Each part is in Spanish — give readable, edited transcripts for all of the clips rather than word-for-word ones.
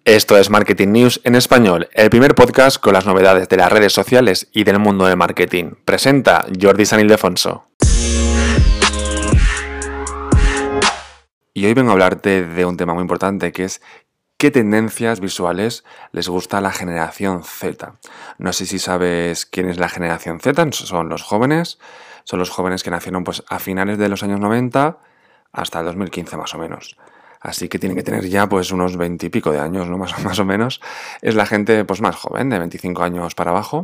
Esto es Marketing News en español, el primer podcast con las novedades de las redes sociales y del mundo del marketing. Presenta Jordi San Ildefonso. Y hoy vengo a hablarte de un tema muy importante que es ¿qué tendencias visuales les gusta a la generación Z? No sé si sabes quién es la generación Z, son los jóvenes que nacieron pues, a finales de los años 90 hasta el 2015 más o menos. Así que tienen que tener ya pues unos 20 y pico de años, ¿no? Más o menos. Es la gente pues más joven, de 25 años para abajo,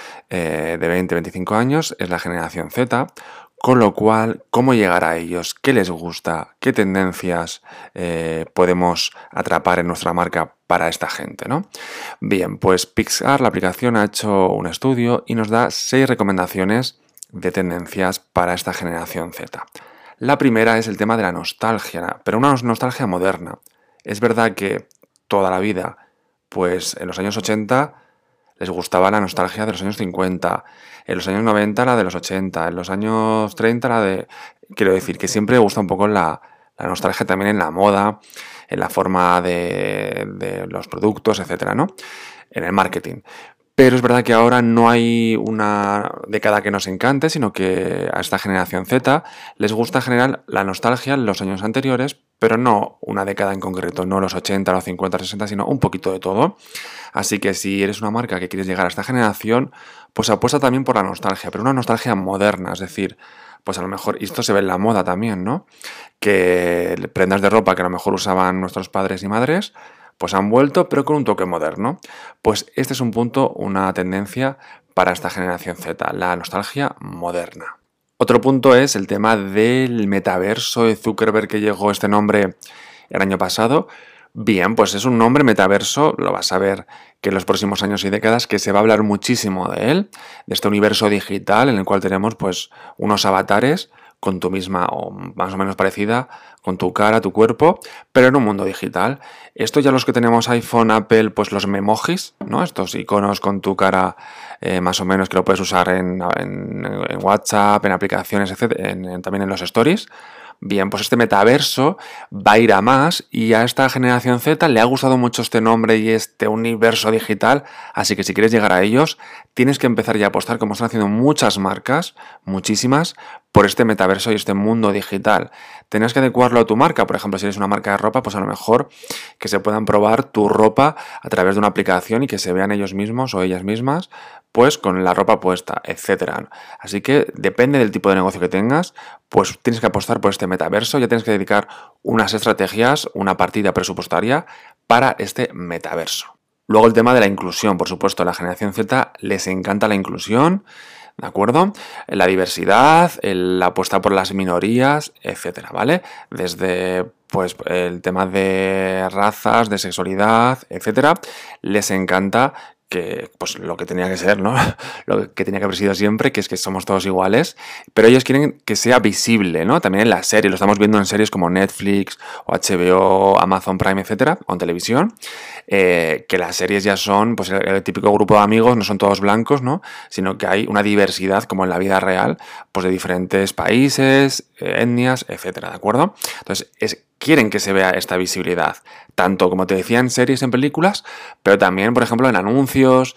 de 20-25 años, es la generación Z. Con lo cual, ¿cómo llegar a ellos? ¿Qué les gusta? ¿Qué tendencias podemos atrapar en nuestra marca para esta gente, ¿no? Bien, pues Pixar, la aplicación, ha hecho un estudio y nos da 6 recomendaciones de tendencias para esta generación Z. La primera es el tema de la nostalgia, pero una nostalgia moderna. Es verdad que toda la vida, pues en los años 80 les gustaba la nostalgia de los años 50, en los años 90 la de los 80, en los años 30 la de... Quiero decir que siempre gusta un poco la nostalgia también en la moda, en la forma de los productos, etcétera, ¿no? En el marketing. Pero es verdad que ahora no hay una década que nos encante, sino que a esta generación Z les gusta en general la nostalgia en los años anteriores, pero no una década en concreto, no los 80, los 50, los 60, sino un poquito de todo. Así que si eres una marca que quieres llegar a esta generación, pues apuesta también por la nostalgia, pero una nostalgia moderna, es decir, pues a lo mejor, y esto se ve en la moda también, ¿no? Que prendas de ropa que a lo mejor usaban nuestros padres y madres, pues han vuelto, pero con un toque moderno. Pues este es un punto, una tendencia para esta generación Z, la nostalgia moderna. Otro punto es el tema del metaverso de Zuckerberg, que llegó este nombre el año pasado. Bien, pues es un nombre metaverso, lo vas a ver que en los próximos años y décadas que se va a hablar muchísimo de él, de este universo digital en el cual tenemos pues unos avatares con tu misma o más o menos parecida, con tu cara, tu cuerpo, pero en un mundo digital. Esto ya los que tenemos iPhone, Apple, pues los memojis, ¿no? Estos iconos con tu cara más o menos que lo puedes usar en WhatsApp, en aplicaciones, etc., también en los stories. Bien, pues este metaverso va a ir a más y a esta generación Z le ha gustado mucho este nombre y este universo digital, así que si quieres llegar a ellos, tienes que empezar ya a apostar, como están haciendo muchas marcas, muchísimas, por este metaverso y este mundo digital. Tienes que adecuarlo a tu marca, por ejemplo, si eres una marca de ropa, pues a lo mejor que se puedan probar tu ropa a través de una aplicación y que se vean ellos mismos o ellas mismas, pues con la ropa puesta, etcétera. Así que depende del tipo de negocio que tengas, pues tienes que apostar por este metaverso, ya tienes que dedicar unas estrategias, una partida presupuestaria para este metaverso. Luego el tema de la inclusión, por supuesto, a la generación Z les encanta la inclusión, ¿de acuerdo? La diversidad, la apuesta por las minorías, etcétera, ¿vale? Desde pues el tema de razas, de sexualidad, etcétera, les encanta que pues lo que tenía que ser, ¿no? Lo que tenía que haber sido siempre, que es que somos todos iguales, pero ellos quieren que sea visible, ¿no? También en la serie, lo estamos viendo en series como Netflix o HBO, Amazon Prime, etcétera, o en televisión, que las series ya son, pues el típico grupo de amigos, no son todos blancos, ¿no? Sino que hay una diversidad, como en la vida real, pues de diferentes países, etnias, etcétera, ¿de acuerdo? Entonces, quieren que se vea esta visibilidad, tanto como te decía en series, en películas, pero también, por ejemplo, en anuncios,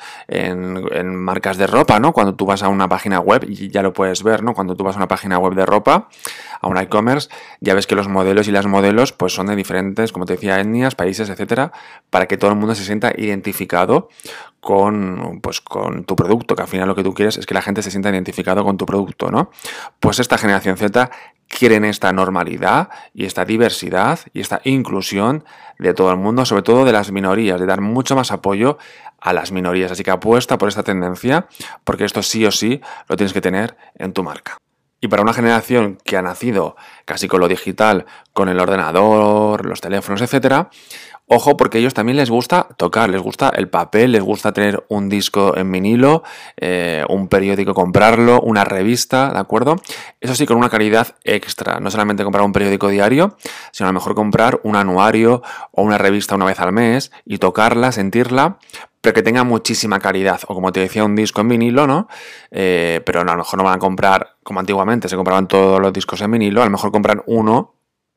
en marcas de ropa, ¿no? Cuando tú vas a una página web, y ya lo puedes ver, ¿no? Cuando tú vas a una página web de ropa, a un e-commerce, ya ves que los modelos y las modelos pues son de diferentes, como te decía, etnias, países, etcétera, para que todo el mundo se sienta identificado con tu producto, que al final lo que tú quieres es que la gente se sienta identificado con tu producto, ¿no? Pues esta generación Z quieren esta normalidad y esta diversidad y esta inclusión de todo el mundo, sobre todo de las minorías, de dar mucho más apoyo a las minorías. Así que apuesta por esta tendencia, porque esto sí o sí lo tienes que tener en tu marca. Y para una generación que ha nacido casi con lo digital, con el ordenador, los teléfonos, etcétera, ojo, porque a ellos también les gusta tocar, les gusta el papel, les gusta tener un disco en vinilo, un periódico comprarlo, una revista, ¿de acuerdo? Eso sí, con una calidad extra. No solamente comprar un periódico diario, sino a lo mejor comprar un anuario o una revista una vez al mes y tocarla, sentirla, pero que tenga muchísima calidad. O como te decía, un disco en vinilo, ¿no? Pero no, a lo mejor no van a comprar, como antiguamente se compraban todos los discos en vinilo, a lo mejor compran uno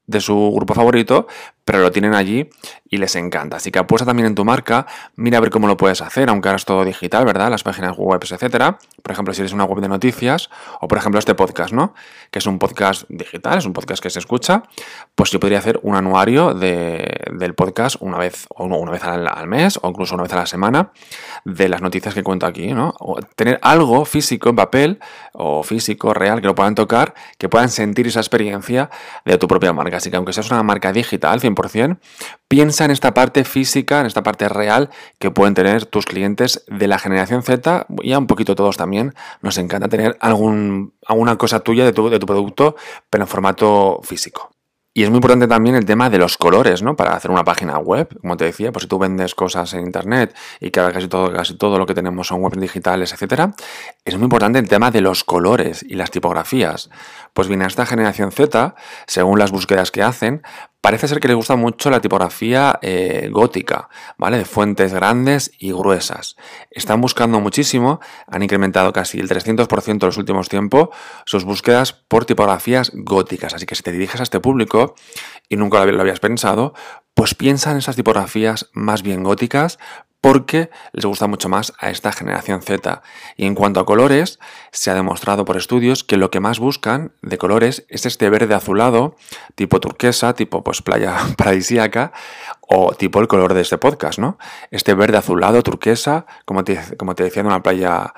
de su grupo favorito, pero lo tienen allí y les encanta. Así que apuesta también en tu marca, mira a ver cómo lo puedes hacer, aunque ahora es todo digital, ¿verdad? Las páginas web, etcétera. Por ejemplo, si eres una web de noticias, o por ejemplo este podcast, ¿no? Que es un podcast digital, es un podcast que se escucha, pues yo podría hacer un anuario del podcast una vez al mes, o incluso una vez a la semana, de las noticias que cuento aquí, ¿no? O tener algo físico en papel, o físico, real, que lo puedan tocar, que puedan sentir esa experiencia de tu propia marca. Así que aunque seas una marca digital, 100%, piensa en esta parte física, en esta parte real que pueden tener tus clientes de la generación Z, y un poquito todos también. Nos encanta tener alguna cosa tuya de tu producto, pero en formato físico. Y es muy importante también el tema de los colores, ¿no? Para hacer una página web, como te decía, pues si tú vendes cosas en internet y que ahora casi todo lo que tenemos son webs digitales, etcétera, es muy importante el tema de los colores y las tipografías. Pues bien, a esta generación Z, según las búsquedas que hacen, parece ser que les gusta mucho la tipografía gótica, ¿vale? De fuentes grandes y gruesas. Están buscando muchísimo, han incrementado casi el 300% en los últimos tiempos sus búsquedas por tipografías góticas. Así que si te diriges a este público y nunca lo habías pensado, pues piensa en esas tipografías más bien góticas, porque les gusta mucho más a esta generación Z. Y en cuanto a colores, se ha demostrado por estudios que lo que más buscan de colores es este verde azulado, tipo turquesa, tipo pues playa paradisíaca, o tipo el color de este podcast, ¿no? Este verde azulado, turquesa, como te decía, en una playa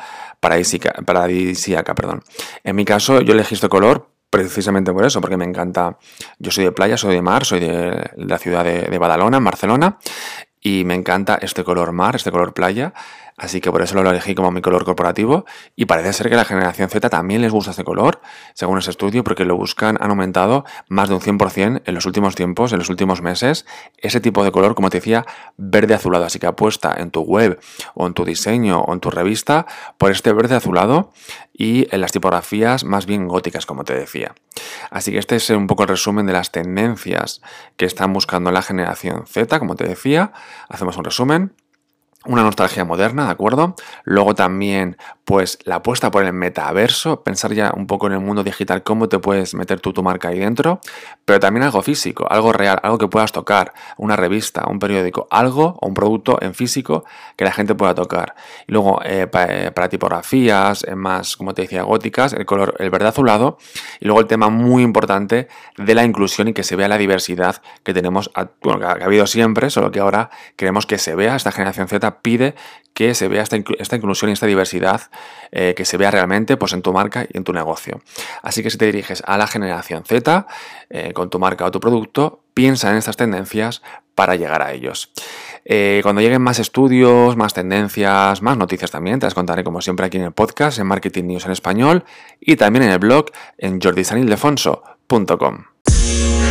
paradisíaca, perdón. En mi caso, yo elegí este color precisamente por eso, porque me encanta. Yo soy de playa, soy de mar, soy de la ciudad de Badalona, en Barcelona, y me encanta este color mar, este color playa, así que por eso lo elegí como mi color corporativo, y parece ser que a la generación Z también les gusta este color, según ese estudio, porque lo buscan, han aumentado más de un 100% en los últimos tiempos, en los últimos meses, ese tipo de color, como te decía, verde azulado. Así que apuesta en tu web, o en tu diseño, o en tu revista, por este verde azulado y en las tipografías más bien góticas, como te decía. Así que este es un poco el resumen de las tendencias que están buscando la generación Z, como te decía. Hacemos un resumen. Una nostalgia moderna, ¿de acuerdo? Luego también, pues, la apuesta por el metaverso, pensar ya un poco en el mundo digital, cómo te puedes meter tú tu marca ahí dentro, pero también algo físico, algo real, algo que puedas tocar, una revista, un periódico, algo o un producto en físico que la gente pueda tocar. Y luego, para tipografías más, como te decía, góticas, el verde azulado, y luego el tema muy importante de la inclusión y que se vea la diversidad que tenemos, bueno, que ha habido siempre, solo que ahora queremos que se vea. Esta generación Z pide que se vea esta inclusión y esta diversidad, que se vea realmente pues, en tu marca y en tu negocio. Así que si te diriges a la generación Z con tu marca o tu producto, piensa en estas tendencias para llegar a ellos. Cuando lleguen más estudios, más tendencias, más noticias también, te las contaré como siempre aquí en el podcast, en Marketing News en español, y también en el blog en jordisanildefonso.com.